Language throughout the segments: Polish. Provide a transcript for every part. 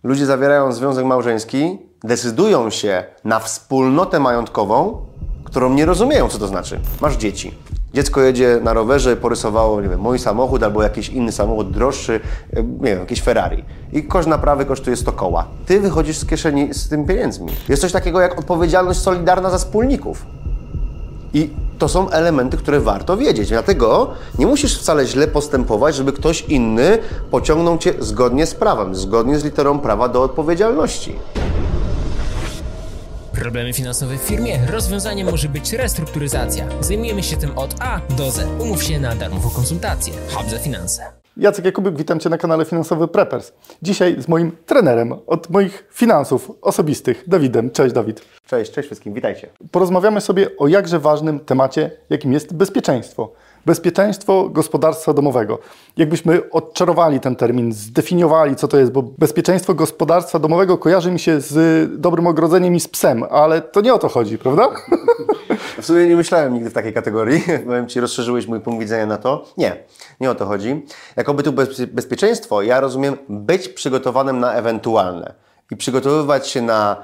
Ludzie zawierają związek małżeński, decydują się na wspólnotę majątkową, którą nie rozumieją, co to znaczy. Masz dzieci. Dziecko jedzie na rowerze, porysowało, nie wiem, mój samochód albo jakiś inny samochód droższy, nie wiem, jakieś Ferrari. I koszt naprawy kosztuje 100 koła. Ty wychodzisz z kieszeni z tym pieniędzmi. Jest coś takiego jak odpowiedzialność solidarna za wspólników. I to są elementy, które warto wiedzieć. Dlatego nie musisz wcale źle postępować, żeby ktoś inny pociągnął cię zgodnie z prawem, zgodnie z literą prawa do odpowiedzialności. Problemy finansowe w firmie? Rozwiązaniem może być restrukturyzacja. Zajmujemy się tym od A do Z. Umów się na darmową konsultację. Hub za finanse. Jacek Jakubik, witam Cię na kanale Finansowy Preppers. Dzisiaj z moim trenerem od moich finansów osobistych, Dawidem. Cześć Dawid. Cześć wszystkim, witajcie. Porozmawiamy sobie o jakże ważnym temacie, jakim jest bezpieczeństwo. Bezpieczeństwo gospodarstwa domowego. Jakbyśmy odczarowali ten termin, zdefiniowali, co to jest, bo bezpieczeństwo gospodarstwa domowego kojarzy mi się z dobrym ogrodzeniem i z psem, ale to nie o to chodzi, prawda? W sumie nie myślałem nigdy w takiej kategorii. Powiem Ci, rozszerzyłeś mój punkt widzenia na to. Nie o to chodzi. Jakoby tu bezpieczeństwo, ja rozumiem być przygotowanym na ewentualne i przygotowywać się na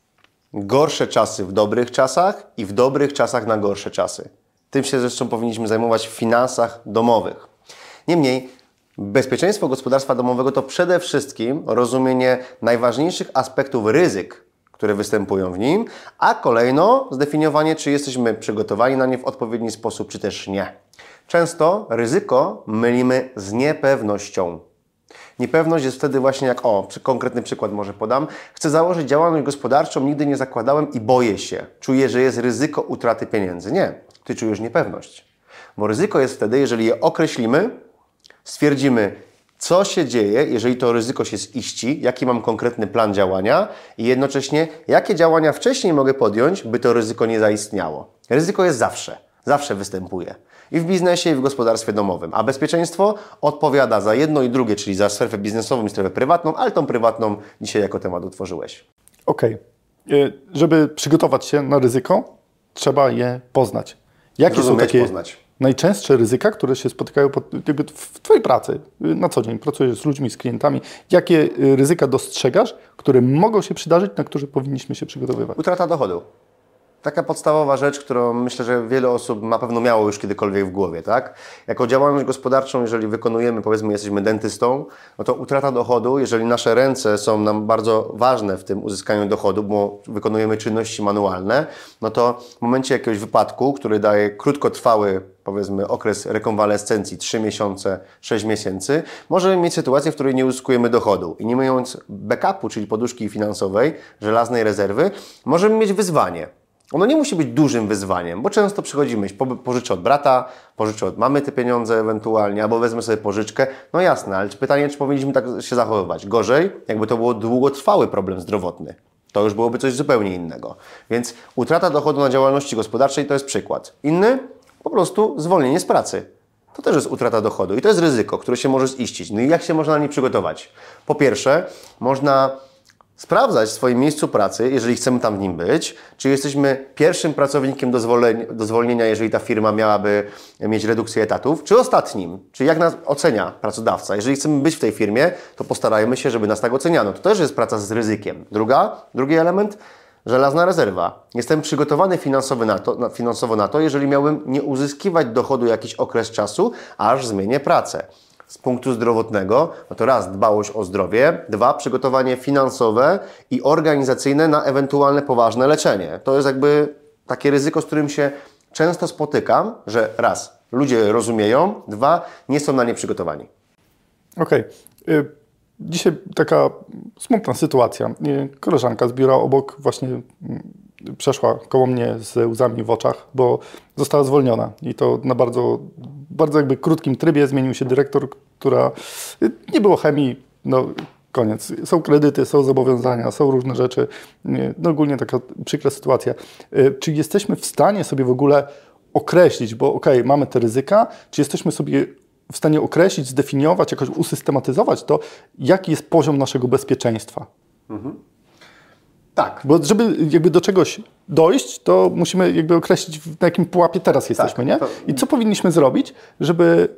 gorsze czasy w dobrych czasach i w dobrych czasach na gorsze czasy. Tym się zresztą powinniśmy zajmować w finansach domowych. Niemniej, bezpieczeństwo gospodarstwa domowego to przede wszystkim rozumienie najważniejszych aspektów ryzyk, które występują w nim, a kolejno zdefiniowanie, czy jesteśmy przygotowani na nie w odpowiedni sposób, czy też nie. Często ryzyko mylimy z niepewnością. Niepewność jest wtedy właśnie jak, konkretny przykład może podam. Chcę założyć działalność gospodarczą, nigdy nie zakładałem i boję się. Czuję, że jest ryzyko utraty pieniędzy. Nie, ty czujesz niepewność. Bo ryzyko jest wtedy, jeżeli je określimy, stwierdzimy, co się dzieje, jeżeli to ryzyko się ziści, jaki mam konkretny plan działania i jednocześnie, jakie działania wcześniej mogę podjąć, by to ryzyko nie zaistniało. Ryzyko jest zawsze występuje. I w biznesie, i w gospodarstwie domowym. A bezpieczeństwo odpowiada za jedno i drugie, czyli za strefę biznesową i strefę prywatną, ale tą prywatną dzisiaj jako temat utworzyłeś. Okej. Żeby przygotować się na ryzyko, trzeba je poznać. Jakie są takie najczęstsze ryzyka, które się spotykają w Twojej pracy na co dzień? Pracujesz z ludźmi, z klientami. Jakie ryzyka dostrzegasz, które mogą się przydarzyć, na które powinniśmy się przygotowywać? Utrata dochodu. Taka podstawowa rzecz, którą myślę, że wiele osób na pewno miało już kiedykolwiek w głowie, tak? Jako działalność gospodarczą, jeżeli wykonujemy, powiedzmy, jesteśmy dentystą, no to utrata dochodu, jeżeli nasze ręce są nam bardzo ważne w tym uzyskaniu dochodu, bo wykonujemy czynności manualne, no to w momencie jakiegoś wypadku, który daje krótkotrwały, powiedzmy, okres rekonwalescencji, 3 miesiące, 6 miesięcy, możemy mieć sytuację, w której nie uzyskujemy dochodu. I nie mając backupu, czyli poduszki finansowej, żelaznej rezerwy, możemy mieć wyzwanie. Ono nie musi być dużym wyzwaniem, bo często przychodzimy, pożyczę od brata, pożyczę od mamy te pieniądze ewentualnie, albo wezmę sobie pożyczkę. No jasne, ale pytanie, czy powinniśmy tak się zachowywać? Gorzej, jakby to był długotrwały problem zdrowotny. To już byłoby coś zupełnie innego. Więc utrata dochodu na działalności gospodarczej to jest przykład. Inny? Po prostu zwolnienie z pracy. To też jest utrata dochodu i to jest ryzyko, które się może ziścić. No i jak się można na nie przygotować? Po pierwsze, można sprawdzać w swoim miejscu pracy, jeżeli chcemy tam w nim być, czy jesteśmy pierwszym pracownikiem do zwolnienia, jeżeli ta firma miałaby mieć redukcję etatów, czy ostatnim, czy jak nas ocenia pracodawca. Jeżeli chcemy być w tej firmie, to postarajmy się, żeby nas tak oceniano. To też jest praca z ryzykiem. Drugi element, żelazna rezerwa. Jestem przygotowany finansowo na to, jeżeli miałbym nie uzyskiwać dochodu jakiś okres czasu, aż zmienię pracę. Z punktu zdrowotnego, no to raz, dbałość o zdrowie, 2, przygotowanie finansowe i organizacyjne na ewentualne poważne leczenie. To jest jakby takie ryzyko, z którym się często spotykam, że raz, ludzie rozumieją, 2, nie są na nie przygotowani. Okej. Dzisiaj taka smutna sytuacja. Koleżanka z biura obok właśnie przeszła koło mnie z łzami w oczach, bo została zwolniona i to na bardzo jakby krótkim trybie. Zmienił się dyrektor, która nie było chemii, no koniec. Są kredyty, są zobowiązania, są różne rzeczy. No ogólnie taka przykra sytuacja. Czy jesteśmy w stanie sobie w ogóle określić, bo mamy te ryzyka, czy jesteśmy sobie w stanie określić, zdefiniować, jakoś usystematyzować to, jaki jest poziom naszego bezpieczeństwa? Tak. Bo żeby jakby do czegoś dojść, to musimy jakby określić, na jakim pułapie teraz jesteśmy, nie? I co powinniśmy zrobić, żeby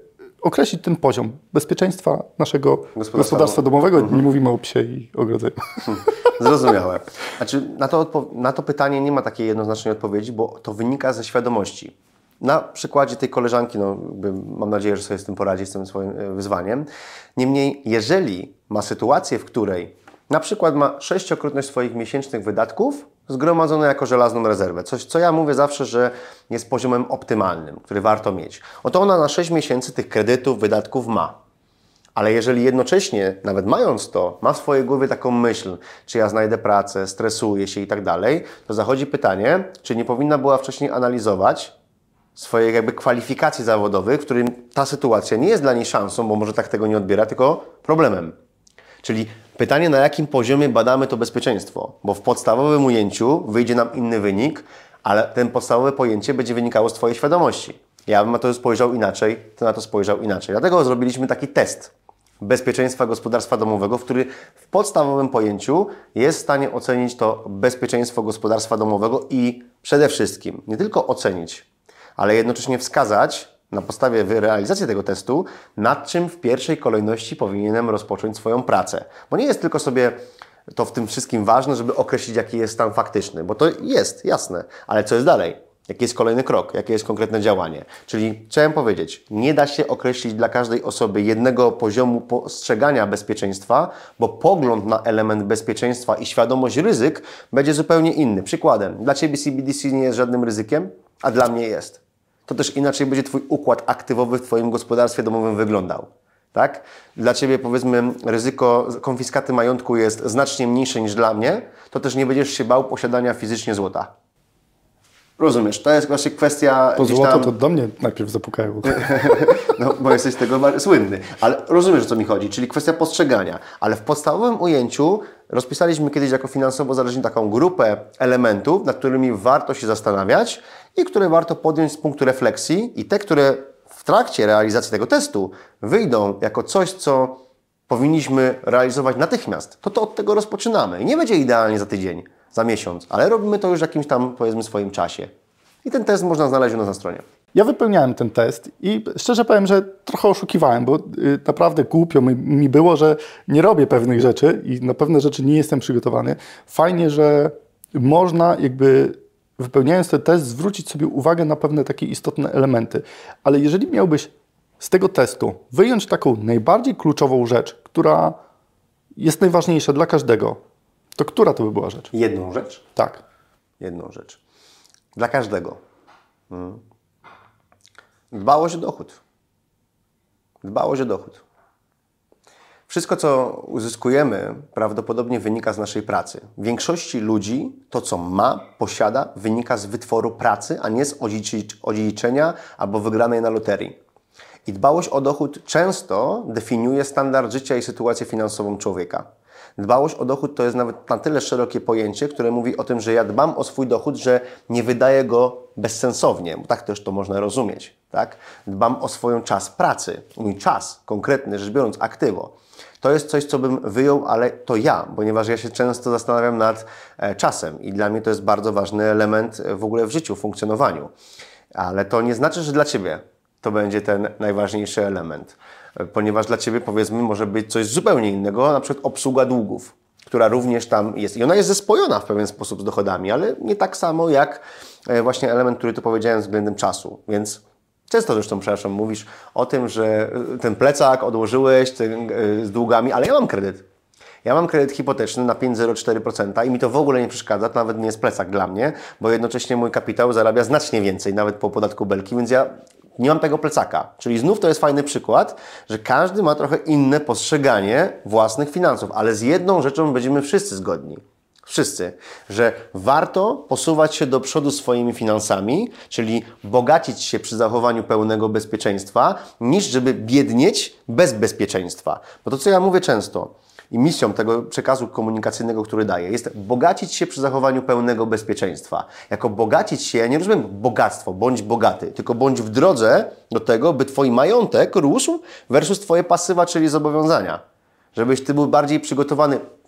określić ten poziom bezpieczeństwa naszego gospodarstwa domowego. Nie mówimy o psie i ogrodzeniu. Zrozumiałe. Znaczy, na to pytanie nie ma takiej jednoznacznej odpowiedzi, bo to wynika ze świadomości. Na przykładzie tej koleżanki, mam nadzieję, że sobie z tym poradzi, z tym swoim wyzwaniem. Niemniej, jeżeli ma sytuację, w której na przykład ma 6-krotność swoich miesięcznych wydatków zgromadzone jako żelazną rezerwę, coś, co ja mówię zawsze, że jest poziomem optymalnym, który warto mieć, oto ona na 6 miesięcy tych kredytów, wydatków ma. Ale jeżeli jednocześnie, nawet mając to, ma w swojej głowie taką myśl, czy ja znajdę pracę, stresuje się i tak dalej, to zachodzi pytanie, czy nie powinna była wcześniej analizować swojej kwalifikacji zawodowych, w którym ta sytuacja nie jest dla niej szansą, bo może tak tego nie odbiera, tylko problemem. Czyli pytanie, na jakim poziomie badamy to bezpieczeństwo, bo w podstawowym ujęciu wyjdzie nam inny wynik, ale ten podstawowe pojęcie będzie wynikało z Twojej świadomości. Ja bym na to spojrzał inaczej, Ty na to spojrzał inaczej. Dlatego zrobiliśmy taki test bezpieczeństwa gospodarstwa domowego, w który w podstawowym pojęciu jest w stanie ocenić to bezpieczeństwo gospodarstwa domowego i przede wszystkim nie tylko ocenić, ale jednocześnie wskazać na podstawie realizacji tego testu, nad czym w pierwszej kolejności powinienem rozpocząć swoją pracę. Bo nie jest tylko sobie to w tym wszystkim ważne, żeby określić, jaki jest stan faktyczny, bo to jest jasne, ale co jest dalej? Jaki jest kolejny krok? Jakie jest konkretne działanie? Czyli chciałem powiedzieć, nie da się określić dla każdej osoby jednego poziomu postrzegania bezpieczeństwa, bo pogląd na element bezpieczeństwa i świadomość ryzyk będzie zupełnie inny. Przykładem, dla Ciebie CBDC nie jest żadnym ryzykiem, a dla mnie jest. To też inaczej będzie Twój układ aktywowy w Twoim gospodarstwie domowym wyglądał. Tak? Dla Ciebie, powiedzmy, ryzyko konfiskaty majątku jest znacznie mniejsze niż dla mnie, to też nie będziesz się bał posiadania fizycznie złota. Rozumiesz, to jest właśnie kwestia... To złoto to do mnie najpierw zapukają. No, bo jesteś z tego słynny. Ale rozumiesz, o co mi chodzi, czyli kwestia postrzegania. Ale w podstawowym ujęciu rozpisaliśmy kiedyś jako finansowo zależni taką grupę elementów, nad którymi warto się zastanawiać i które warto podjąć z punktu refleksji i te, które w trakcie realizacji tego testu wyjdą jako coś, co powinniśmy realizować natychmiast, to od tego rozpoczynamy. I nie będzie idealnie za tydzień, za miesiąc, ale robimy to już w jakimś tam, powiedzmy, swoim czasie. I ten test można znaleźć u nas na stronie. Ja wypełniałem ten test i szczerze powiem, że trochę oszukiwałem, bo naprawdę głupio mi było, że nie robię pewnych rzeczy i na pewne rzeczy nie jestem przygotowany. Fajnie, że można wypełniając ten test zwrócić sobie uwagę na pewne takie istotne elementy. Ale jeżeli miałbyś z tego testu wyjąć taką najbardziej kluczową rzecz, która jest najważniejsza dla każdego, to która to by była rzecz? Jedną rzecz? Tak. Jedną rzecz. Dla każdego. Dbałość o dochód. Dbałość o dochód. Wszystko, co uzyskujemy, prawdopodobnie wynika z naszej pracy. W większości ludzi to, co ma, posiada, wynika z wytworu pracy, a nie z odziedziczenia albo wygranej na loterii. I dbałość o dochód często definiuje standard życia i sytuację finansową człowieka. Dbałość o dochód to jest nawet na tyle szerokie pojęcie, które mówi o tym, że ja dbam o swój dochód, że nie wydaję go bezsensownie, bo tak też to można rozumieć. Tak? Dbam o swoją czas pracy, mój czas konkretny, rzecz biorąc, aktywo. To jest coś, co bym wyjął, ale to ja, ponieważ ja się często zastanawiam nad czasem i dla mnie to jest bardzo ważny element w ogóle w życiu, w funkcjonowaniu. Ale to nie znaczy, że dla Ciebie to będzie ten najważniejszy element, ponieważ dla Ciebie, powiedzmy, może być coś zupełnie innego, na przykład obsługa długów, która również tam jest. I ona jest zespojona w pewien sposób z dochodami, ale nie tak samo jak właśnie element, który tu powiedziałem względem czasu. Więc często zresztą, przepraszam, mówisz o tym, że ten plecak odłożyłeś z długami, ale ja mam kredyt. Ja mam kredyt hipoteczny na 5,04% i mi to w ogóle nie przeszkadza, to nawet nie jest plecak dla mnie, bo jednocześnie mój kapitał zarabia znacznie więcej, nawet po podatku belki, więc ja nie mam tego plecaka. Czyli znów to jest fajny przykład, że każdy ma trochę inne postrzeganie własnych finansów, ale z jedną rzeczą będziemy wszyscy zgodni. Wszyscy, że warto posuwać się do przodu swoimi finansami, czyli bogacić się przy zachowaniu pełnego bezpieczeństwa, niż żeby biednieć bez bezpieczeństwa. Bo to, co ja mówię często i misją tego przekazu komunikacyjnego, który daję, jest bogacić się przy zachowaniu pełnego bezpieczeństwa. Jako bogacić się, ja nie rozumiem bogactwo, bądź bogaty, tylko bądź w drodze do tego, by Twój majątek rósł versus Twoje pasywa, czyli zobowiązania. Żebyś Ty był bardziej przygotowany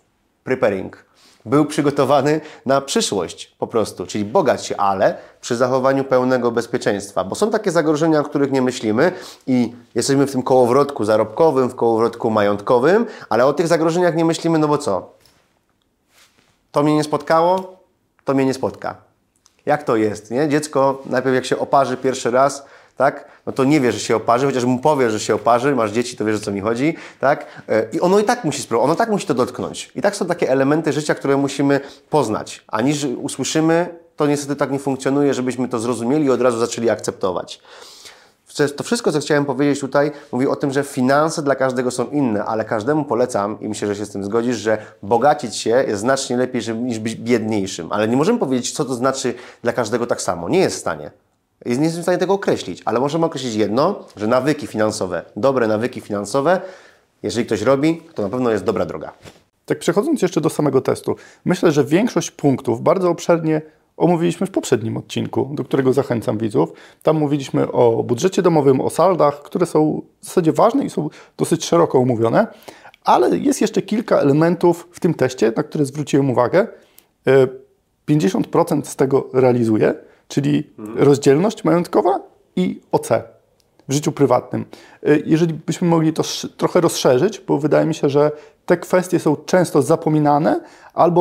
preparing. Był przygotowany na przyszłość po prostu, czyli bogać się, ale przy zachowaniu pełnego bezpieczeństwa, bo są takie zagrożenia, o których nie myślimy i jesteśmy w tym kołowrotku zarobkowym, w kołowrotku majątkowym, ale o tych zagrożeniach nie myślimy, no bo co? To mnie nie spotkało, to mnie nie spotka. Jak to jest, nie? Dziecko najpierw jak się oparzy pierwszy raz, tak? No to nie wie, że się oparzy, chociaż mu powie, że się oparzy, masz dzieci, to wiesz, o co mi chodzi, tak? I ono i tak musi spróbować, ono tak musi to dotknąć. I tak są takie elementy życia, które musimy poznać. A niż usłyszymy, to niestety tak nie funkcjonuje, żebyśmy to zrozumieli i od razu zaczęli akceptować. To wszystko, co chciałem powiedzieć tutaj, mówi o tym, że finanse dla każdego są inne, ale każdemu polecam i myślę, że się z tym zgodzisz, że bogacić się jest znacznie lepiej niż być biedniejszym. Ale nie możemy powiedzieć, co to znaczy dla każdego tak samo. Nie jest w stanie. Nie jestem w stanie tego określić, ale możemy określić jedno, że nawyki finansowe, dobre nawyki finansowe, jeżeli ktoś robi, to na pewno jest dobra droga. Tak przechodząc jeszcze do samego testu, myślę, że większość punktów bardzo obszernie omówiliśmy w poprzednim odcinku, do którego zachęcam widzów. Tam mówiliśmy o budżecie domowym, o saldach, które są w zasadzie ważne i są dosyć szeroko omówione, ale jest jeszcze kilka elementów w tym teście, na które zwróciłem uwagę. 50% z tego realizuje, czyli rozdzielność majątkowa i OC w życiu prywatnym. Jeżeli byśmy mogli to trochę rozszerzyć, bo wydaje mi się, że te kwestie są często zapominane albo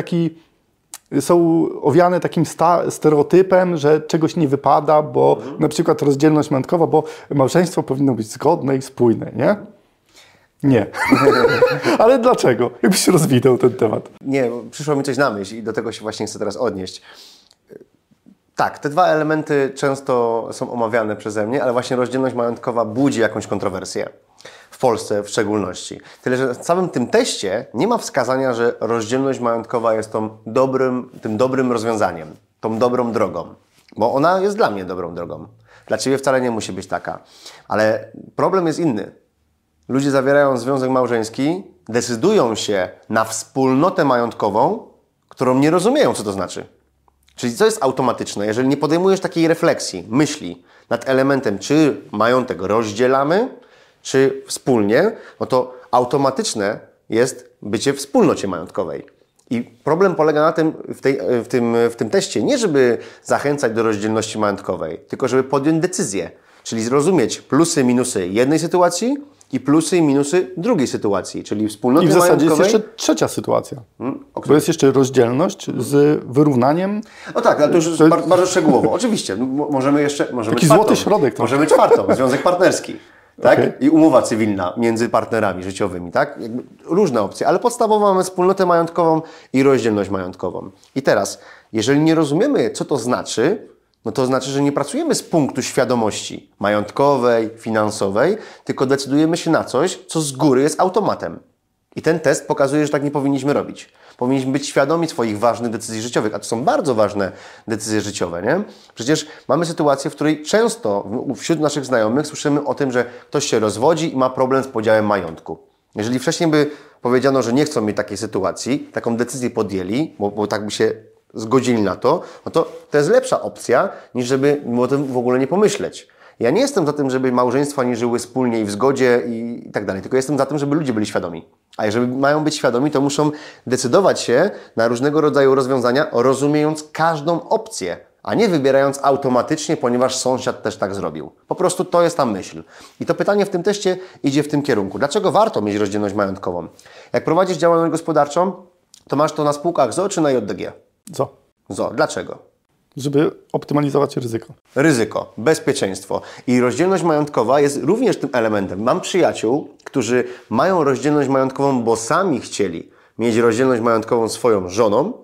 są owiane takim stereotypem, że czegoś nie wypada, bo na przykład rozdzielność majątkowa, bo małżeństwo powinno być zgodne i spójne, nie? Nie. Ale dlaczego? Jakbyś rozwinął ten temat. Nie, przyszło mi coś na myśl i do tego się właśnie chcę teraz odnieść. Tak, te dwa elementy często są omawiane przeze mnie, ale właśnie rozdzielność majątkowa budzi jakąś kontrowersję. W Polsce w szczególności. Tyle, że w samym tym teście nie ma wskazania, że rozdzielność majątkowa jest tym dobrym rozwiązaniem, tą dobrą drogą. Bo ona jest dla mnie dobrą drogą. Dla Ciebie wcale nie musi być taka. Ale problem jest inny. Ludzie zawierają związek małżeński, decydują się na wspólnotę majątkową, którą nie rozumieją, co to znaczy. Czyli co jest automatyczne? Jeżeli nie podejmujesz takiej refleksji, myśli nad elementem, czy majątek rozdzielamy, czy wspólnie, no to automatyczne jest bycie w wspólnocie majątkowej. I problem polega na tym, w tym teście, nie żeby zachęcać do rozdzielności majątkowej, tylko żeby podjąć decyzję, czyli zrozumieć plusy, minusy jednej sytuacji i plusy i minusy drugiej sytuacji, czyli wspólnoty majątkowej. I w zasadzie majątkowej. jest jeszcze trzecia sytuacja, bo jest jeszcze rozdzielność z wyrównaniem. No tak, ale to już jest bardzo szczegółowo. Oczywiście, możemy taki złoty środek. Możemy czwartą, związek partnerski. Tak? Okay. I umowa cywilna między partnerami życiowymi, tak? Jakby różne opcje, ale podstawowo mamy wspólnotę majątkową i rozdzielność majątkową. I teraz, jeżeli nie rozumiemy, co to znaczy, no to znaczy, że nie pracujemy z punktu świadomości majątkowej, finansowej, tylko decydujemy się na coś, co z góry jest automatem. I ten test pokazuje, że tak nie powinniśmy robić. Powinniśmy być świadomi swoich ważnych decyzji życiowych, a to są bardzo ważne decyzje życiowe, nie? Przecież mamy sytuację, w której często wśród naszych znajomych słyszymy o tym, że ktoś się rozwodzi i ma problem z podziałem majątku. Jeżeli wcześniej by powiedziano, że nie chcą mieć takiej sytuacji, taką decyzję podjęli, bo tak by się zgodzili na to, no to jest lepsza opcja, niż żeby o tym w ogóle nie pomyśleć. Ja nie jestem za tym, żeby małżeństwa nie żyły wspólnie i w zgodzie i tak dalej, tylko jestem za tym, żeby ludzie byli świadomi. A jeżeli mają być świadomi, to muszą decydować się na różnego rodzaju rozwiązania, rozumiejąc każdą opcję, a nie wybierając automatycznie, ponieważ sąsiad też tak zrobił. Po prostu to jest ta myśl. I to pytanie w tym teście idzie w tym kierunku. Dlaczego warto mieć rozdzielność majątkową? Jak prowadzisz działalność gospodarczą, to masz to na spółkach ZOO czy na JDG? ZOO. Dlaczego? Żeby optymalizować ryzyko. Ryzyko, bezpieczeństwo. I rozdzielność majątkowa jest również tym elementem. Mam przyjaciół, którzy mają rozdzielność majątkową, bo sami chcieli mieć rozdzielność majątkową swoją żoną,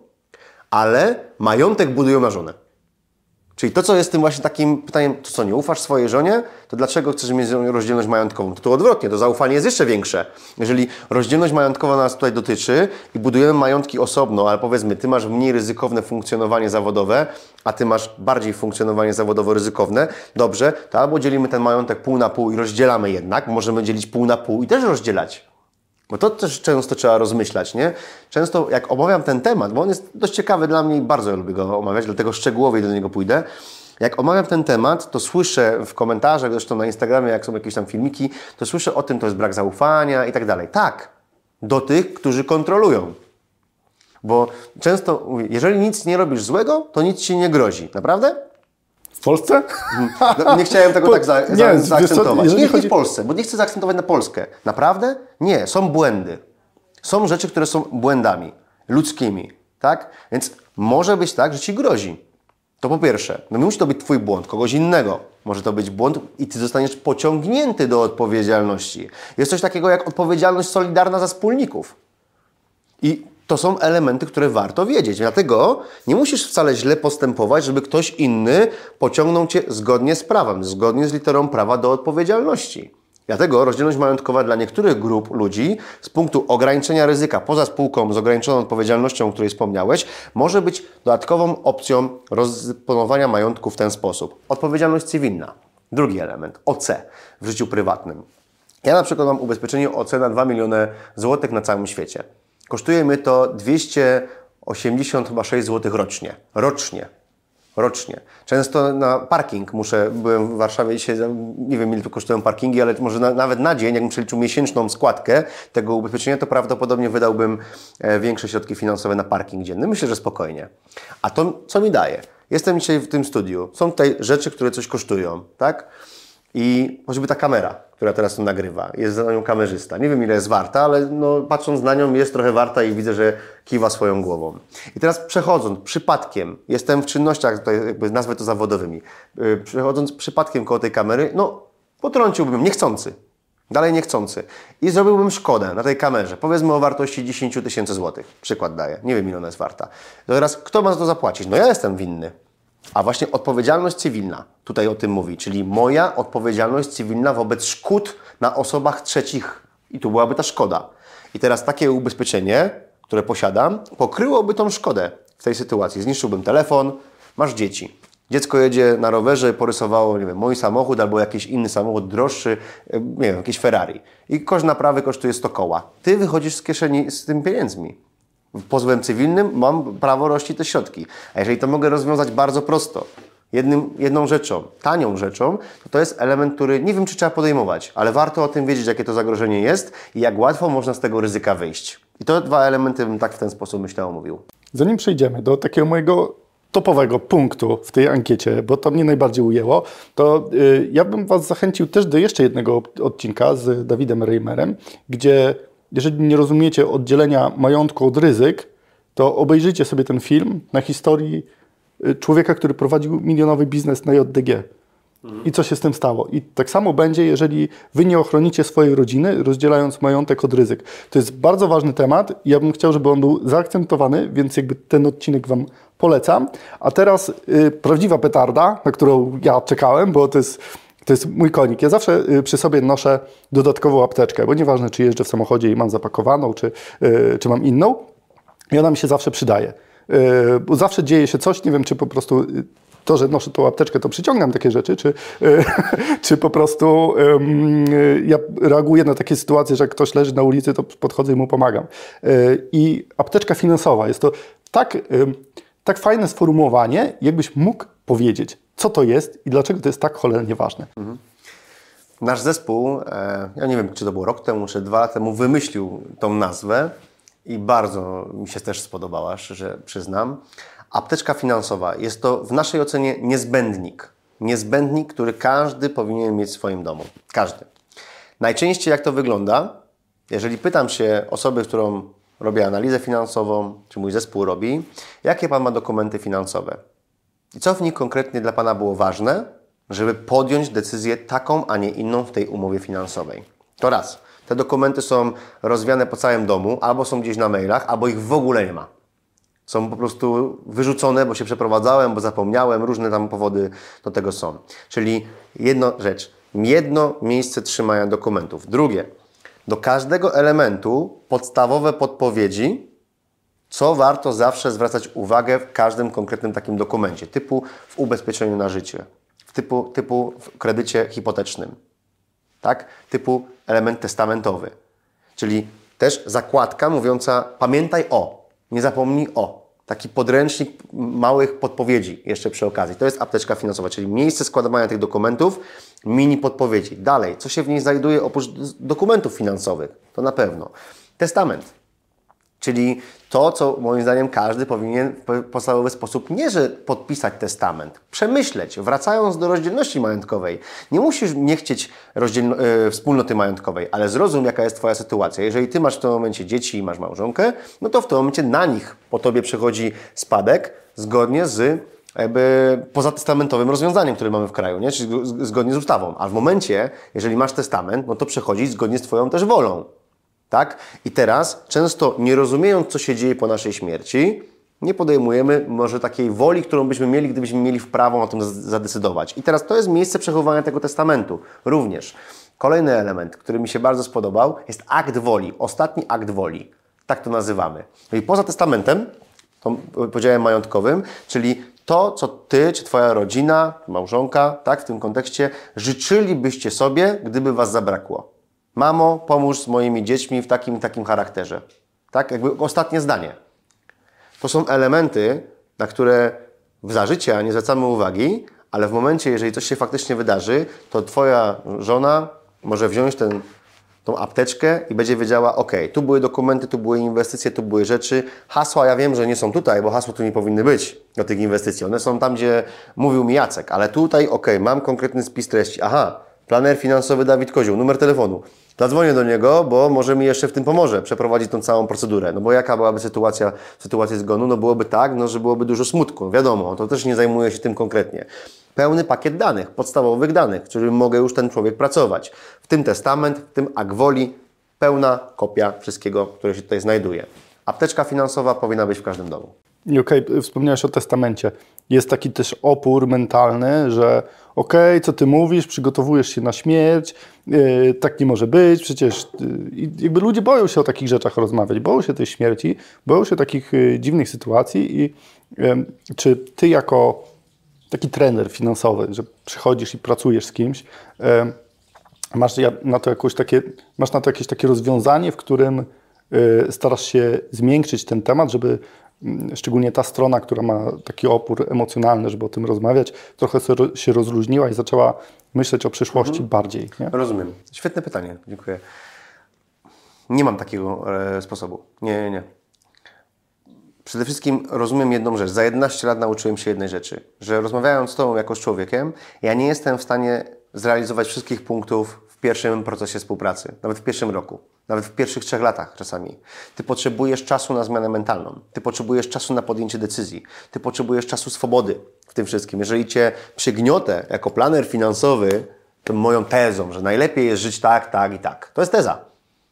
ale majątek budują na żonę. Czyli to, co jest tym właśnie takim pytaniem, to co, nie ufasz swojej żonie, to dlaczego chcesz mieć rozdzielność majątkową? To tu odwrotnie, to zaufanie jest jeszcze większe. Jeżeli rozdzielność majątkowa nas tutaj dotyczy i budujemy majątki osobno, ale powiedzmy, ty masz mniej ryzykowne funkcjonowanie zawodowe, a ty masz bardziej funkcjonowanie zawodowo ryzykowne, dobrze, to albo dzielimy ten majątek pół na pół i rozdzielamy jednak, możemy dzielić pół na pół i też rozdzielać. Bo to też często trzeba rozmyślać, nie? Często jak omawiam ten temat, bo on jest dość ciekawy dla mnie i bardzo lubię go omawiać, dlatego szczegółowo do niego pójdę. Jak omawiam ten temat, to słyszę w komentarzach, zresztą na Instagramie, jak są jakieś tam filmiki, to słyszę o tym, to jest brak zaufania i tak dalej. Tak, do tych, którzy kontrolują. Bo często mówię, jeżeli nic nie robisz złego, to nic ci nie grozi. Naprawdę? W Polsce? No, nie chciałem tego tak zaakcentować. Nie chodzi... w Polsce, bo nie chcę zaakcentować na Polskę. Naprawdę? Nie, są błędy. Są rzeczy, które są błędami ludzkimi, tak? Więc może być tak, że ci grozi. To po pierwsze, no musi to być twój błąd, kogoś innego. Może to być błąd i ty zostaniesz pociągnięty do odpowiedzialności. Jest coś takiego jak odpowiedzialność solidarna za wspólników. I to są elementy, które warto wiedzieć. Dlatego nie musisz wcale źle postępować, żeby ktoś inny pociągnął cię zgodnie z prawem, zgodnie z literą prawa do odpowiedzialności. Dlatego rozdzielność majątkowa dla niektórych grup ludzi z punktu ograniczenia ryzyka poza spółką z ograniczoną odpowiedzialnością, o której wspomniałeś, może być dodatkową opcją rozdysponowania majątku w ten sposób. Odpowiedzialność cywilna. Drugi element. OC w życiu prywatnym. Ja na przykład mam ubezpieczenie OC na 2 miliony złotych na całym świecie. Kosztuje mnie to 286 zł rocznie. Rocznie. Często na parking byłem w Warszawie dzisiaj, nie wiem ile tu kosztują parkingi, ale może nawet na dzień, jakbym przeliczył miesięczną składkę tego ubezpieczenia, to prawdopodobnie wydałbym większe środki finansowe na parking dzienny. Myślę, że spokojnie. A to co mi daje? Jestem dzisiaj w tym studiu. Są tutaj rzeczy, które coś kosztują, tak? I choćby ta kamera, która teraz tu nagrywa, jest za nią kamerzysta. Nie wiem ile jest warta, ale no, patrząc na nią jest trochę warta i widzę, że kiwa swoją głową. I teraz przechodząc, przypadkiem, jestem w czynnościach, tutaj jakby nazwę to zawodowymi, przechodząc przypadkiem koło tej kamery, no potrąciłbym, niechcący, dalej niechcący i zrobiłbym szkodę na tej kamerze, powiedzmy o wartości 10 000 złotych, przykład daję, nie wiem ile ona jest warta. To teraz kto ma za to zapłacić? No ja jestem winny. A właśnie odpowiedzialność cywilna tutaj o tym mówi, czyli moja odpowiedzialność cywilna wobec szkód na osobach trzecich. I tu byłaby ta szkoda. I teraz takie ubezpieczenie, które posiadam, pokryłoby tą szkodę w tej sytuacji. Zniszczyłbym telefon, masz dzieci. Dziecko jedzie na rowerze, porysowało, nie wiem, mój samochód albo jakiś inny samochód droższy, nie wiem, jakiś Ferrari. I koszt naprawy kosztuje 100 koła. Ty wychodzisz z kieszeni z tym pieniędzmi. Pozwem cywilnym mam prawo rościć te środki. A jeżeli to mogę rozwiązać bardzo prosto, jedną rzeczą, tanią rzeczą, to jest element, który nie wiem, czy trzeba podejmować, ale warto o tym wiedzieć, jakie to zagrożenie jest i jak łatwo można z tego ryzyka wyjść. I te dwa elementy bym tak w ten sposób, myślę, omówił. Zanim przejdziemy do takiego mojego topowego punktu w tej ankiecie, bo to mnie najbardziej ujęło, to ja bym Was zachęcił też do jeszcze jednego odcinka z Dawidem Reimerem, gdzie jeżeli nie rozumiecie oddzielenia majątku od ryzyk, to obejrzyjcie sobie ten film na historii człowieka, który prowadził milionowy biznes na JDG. I co się z tym stało. I tak samo będzie, jeżeli Wy nie ochronicie swojej rodziny, rozdzielając majątek od ryzyk. To jest bardzo ważny temat i ja bym chciał, żeby on był zaakcentowany, więc jakby ten odcinek Wam polecam. A teraz prawdziwa petarda, na którą ja czekałem, bo to jest mój konik. Ja zawsze przy sobie noszę dodatkową apteczkę, bo nieważne, czy jeżdżę w samochodzie i mam zapakowaną, czy mam inną, i ona mi się zawsze przydaje. Bo zawsze dzieje się coś, nie wiem, czy po prostu to, że noszę tą apteczkę, to przyciągam takie rzeczy, czy po prostu ja reaguję na takie sytuacje, że jak ktoś leży na ulicy, to podchodzę i mu pomagam. I apteczka finansowa jest to tak fajne sformułowanie, jakbyś mógł powiedzieć, co to jest i dlaczego to jest tak cholernie ważne. Nasz zespół, ja nie wiem, czy to było rok temu, czy 2 lata temu, wymyślił tą nazwę i bardzo mi się też spodobała, szczerze przyznam. Apteczka finansowa jest to w naszej ocenie niezbędnik. Niezbędnik, który każdy powinien mieć w swoim domu. Każdy. Najczęściej jak to wygląda, jeżeli pytam się osoby, którą robię analizę finansową, czy mój zespół robi, jakie Pan ma dokumenty finansowe? I co w nich konkretnie dla Pana było ważne, żeby podjąć decyzję taką, a nie inną w tej umowie finansowej? To raz. Te dokumenty są rozwiane po całym domu, albo są gdzieś na mailach, albo ich w ogóle nie ma. Są po prostu wyrzucone, bo się przeprowadzałem, bo zapomniałem, różne tam powody do tego są. Czyli jedno miejsce trzymania dokumentów. Drugie, do każdego elementu podstawowe podpowiedzi, co warto zawsze zwracać uwagę w każdym konkretnym takim dokumencie, typu w ubezpieczeniu na życie, typu w kredycie hipotecznym, tak? Typu element testamentowy. Czyli też zakładka mówiąca pamiętaj o, nie zapomnij o. Taki podręcznik małych podpowiedzi jeszcze przy okazji. To jest apteczka finansowa, czyli miejsce składowania tych dokumentów, mini podpowiedzi. Dalej, co się w niej znajduje oprócz dokumentów finansowych? To na pewno. Testament. Czyli to, co moim zdaniem każdy powinien w podstawowy sposób nie, że podpisać testament, przemyśleć, wracając do rozdzielności majątkowej. Nie musisz nie chcieć wspólnoty majątkowej, ale zrozum, jaka jest Twoja sytuacja. Jeżeli Ty masz w tym momencie dzieci i masz małżonkę, no to w tym momencie na nich po Tobie przychodzi spadek zgodnie z pozatestamentowym rozwiązaniem, które mamy w kraju, nie? Czyli zgodnie z ustawą. A w momencie, jeżeli masz testament, no to przechodzi zgodnie z Twoją też wolą. Tak? I teraz, często nie rozumiejąc, co się dzieje po naszej śmierci, nie podejmujemy może takiej woli, którą byśmy mieli, gdybyśmy mieli prawo o tym zadecydować. I teraz to jest miejsce przechowywania tego testamentu. Również. Kolejny element, który mi się bardzo spodobał, jest akt woli. Ostatni akt woli. Tak to nazywamy. I poza testamentem, tą podziałem majątkowym, czyli to, co Ty, czy Twoja rodzina, małżonka, tak, w tym kontekście, życzylibyście sobie, gdyby Was zabrakło. Mamo, pomóż z moimi dziećmi w takim i takim charakterze. Tak? Jakby ostatnie zdanie. To są elementy, na które za życia nie zwracamy uwagi, ale w momencie, jeżeli coś się faktycznie wydarzy, to Twoja żona może wziąć tą apteczkę i będzie wiedziała, ok, tu były dokumenty, tu były inwestycje, tu były rzeczy. Hasła ja wiem, że nie są tutaj, bo hasła tu nie powinny być do tych inwestycji. One są tam, gdzie mówił mi Jacek, ale tutaj, ok, mam konkretny spis treści. Aha, planer finansowy Dawid Kozioł, numer telefonu. Zadzwonię do niego, bo może mi jeszcze w tym pomoże przeprowadzić tą całą procedurę. No bo jaka byłaby sytuacja zgonu? No byłoby tak, no, że byłoby dużo smutku. Wiadomo, to też nie zajmuje się tym konkretnie. Pełny pakiet danych, podstawowych danych, w którym mogę już ten człowiek pracować. W tym testament, w tym akt woli, pełna kopia wszystkiego, które się tutaj znajduje. Apteczka finansowa powinna być w każdym domu. I wspomniałeś o testamencie. Jest taki też opór mentalny, że co ty mówisz, przygotowujesz się na śmierć, tak nie może być, przecież jakby ludzie boją się o takich rzeczach rozmawiać, boją się tej śmierci, boją się takich dziwnych sytuacji i czy ty jako taki trener finansowy, że przychodzisz i pracujesz z kimś, masz na to jakieś takie rozwiązanie, w którym starasz się zmiękczyć ten temat, żeby szczególnie ta strona, która ma taki opór emocjonalny, żeby o tym rozmawiać, trochę się rozluźniła i zaczęła myśleć o przyszłości bardziej. Nie? Rozumiem. Świetne pytanie. Dziękuję. Nie mam takiego sposobu. Nie. Przede wszystkim rozumiem jedną rzecz. Za 11 lat nauczyłem się jednej rzeczy, że rozmawiając z Tobą jako z człowiekiem, ja nie jestem w stanie zrealizować wszystkich punktów w pierwszym procesie współpracy, nawet w pierwszym roku, nawet w pierwszych 3 latach czasami. Ty potrzebujesz czasu na zmianę mentalną, Ty potrzebujesz czasu na podjęcie decyzji, Ty potrzebujesz czasu swobody w tym wszystkim. Jeżeli Cię przygniotę jako planer finansowy, to moją tezą, że najlepiej jest żyć tak, tak i tak. To jest teza.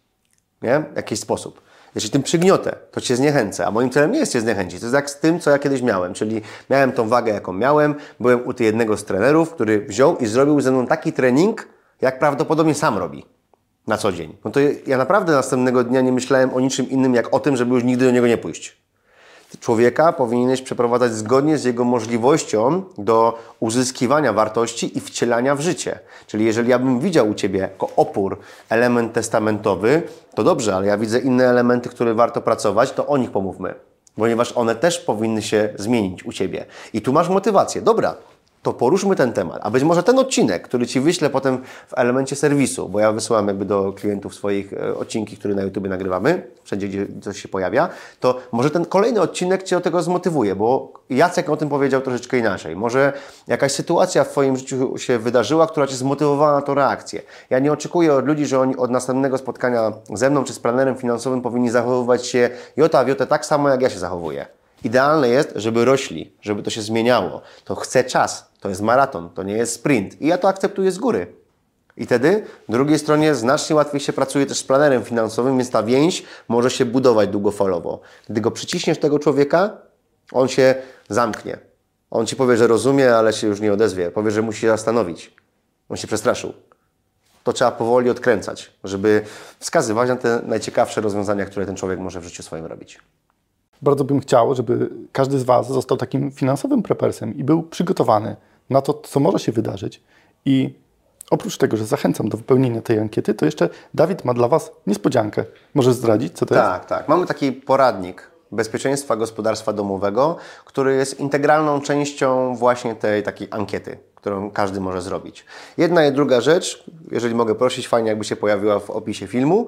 Nie? W jakiś sposób. Jeśli tym przygniotę, to Cię zniechęcę, a moim celem nie jest Cię zniechęcić. To jest jak z tym, co ja kiedyś miałem, czyli miałem tą wagę, jaką miałem, byłem u jednego z trenerów, który wziął i zrobił ze mną taki trening, jak prawdopodobnie sam robi na co dzień. No to ja naprawdę następnego dnia nie myślałem o niczym innym, jak o tym, żeby już nigdy do niego nie pójść. Człowieka powinieneś przeprowadzać zgodnie z jego możliwością do uzyskiwania wartości i wcielania w życie. Czyli jeżeli ja bym widział u Ciebie jako opór element testamentowy, to dobrze, ale ja widzę inne elementy, które warto pracować, to o nich pomówmy. Ponieważ one też powinny się zmienić u Ciebie. I tu masz motywację. Dobra, to poruszmy ten temat. A być może ten odcinek, który Ci wyślę potem w elemencie serwisu, bo ja wysyłam jakby do klientów swoich odcinki, które na YouTube nagrywamy, wszędzie, gdzie coś się pojawia, to może ten kolejny odcinek Cię do tego zmotywuje, bo Jacek o tym powiedział troszeczkę inaczej. Może jakaś sytuacja w Twoim życiu się wydarzyła, która Cię zmotywowała na tą reakcję. Ja nie oczekuję od ludzi, że oni od następnego spotkania ze mną czy z planerem finansowym powinni zachowywać się jota w jotę tak samo, jak ja się zachowuję. Idealne jest, żeby rośli, żeby to się zmieniało. To chce czas, to jest maraton, to nie jest sprint. I ja to akceptuję z góry. I wtedy, w drugiej stronie, znacznie łatwiej się pracuje też z planerem finansowym, więc ta więź może się budować długofalowo. Gdy go przyciśniesz tego człowieka, on się zamknie. On Ci powie, że rozumie, ale się już nie odezwie. Powie, że musi się zastanowić. On się przestraszył. To trzeba powoli odkręcać, żeby wskazywać na te najciekawsze rozwiązania, które ten człowiek może w życiu swoim robić. Bardzo bym chciał, żeby każdy z Was został takim finansowym prepersem i był przygotowany na to, co może się wydarzyć. I oprócz tego, że zachęcam do wypełnienia tej ankiety, to jeszcze Dawid ma dla Was niespodziankę. Możesz zdradzić, co to jest? Tak. Mamy taki poradnik bezpieczeństwa gospodarstwa domowego, który jest integralną częścią właśnie tej takiej ankiety, którą każdy może zrobić. Jedna i druga rzecz, jeżeli mogę prosić, fajnie jakby się pojawiła w opisie filmu,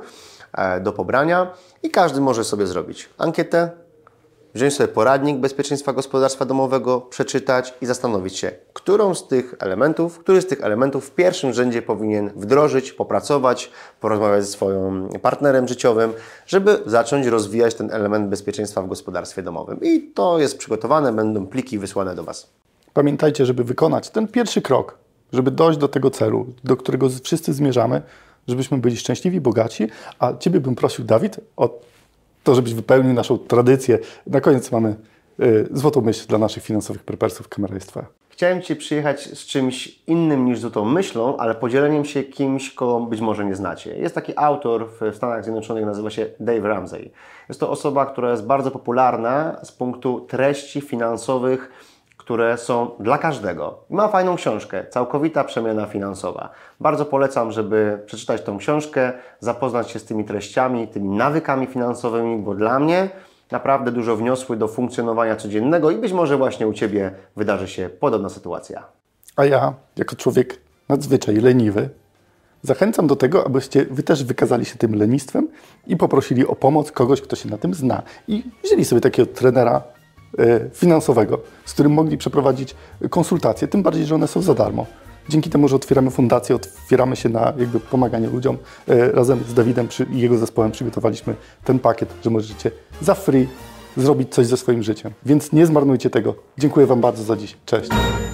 do pobrania i każdy może sobie zrobić ankietę, wziąć sobie poradnik bezpieczeństwa gospodarstwa domowego, przeczytać i zastanowić się, który z tych elementów w pierwszym rzędzie powinien wdrożyć, popracować, porozmawiać ze swoim partnerem życiowym, żeby zacząć rozwijać ten element bezpieczeństwa w gospodarstwie domowym. I to jest przygotowane, będą pliki wysłane do Was. Pamiętajcie, żeby wykonać ten pierwszy krok, żeby dojść do tego celu, do którego wszyscy zmierzamy, żebyśmy byli szczęśliwi, bogaci, a Ciebie bym prosił, Dawid, o to, żebyś wypełnił naszą tradycję. Na koniec mamy złotą myśl dla naszych finansowych prepersów Kamera jest Twoja. Chciałem Ci przyjechać z czymś innym niż złotą myślą, ale podzieleniem się kimś, kogo być może nie znacie. Jest taki autor w Stanach Zjednoczonych, nazywa się Dave Ramsey. Jest to osoba, która jest bardzo popularna z punktu treści finansowych, które są dla każdego. Ma fajną książkę, Całkowita przemiana finansowa. Bardzo polecam, żeby przeczytać tą książkę, zapoznać się z tymi treściami, tymi nawykami finansowymi, bo dla mnie naprawdę dużo wniosły do funkcjonowania codziennego i być może właśnie u Ciebie wydarzy się podobna sytuacja. A ja, jako człowiek nadzwyczaj leniwy, zachęcam do tego, abyście Wy też wykazali się tym lenistwem i poprosili o pomoc kogoś, kto się na tym zna. I wzięli sobie takiego trenera finansowego, z którym mogli przeprowadzić konsultacje, tym bardziej, że one są za darmo. Dzięki temu, że otwieramy fundację, otwieramy się na pomaganie ludziom, razem z Dawidem i jego zespołem przygotowaliśmy ten pakiet, że możecie za free zrobić coś ze swoim życiem. Więc nie zmarnujcie tego. Dziękuję Wam bardzo za dziś. Cześć.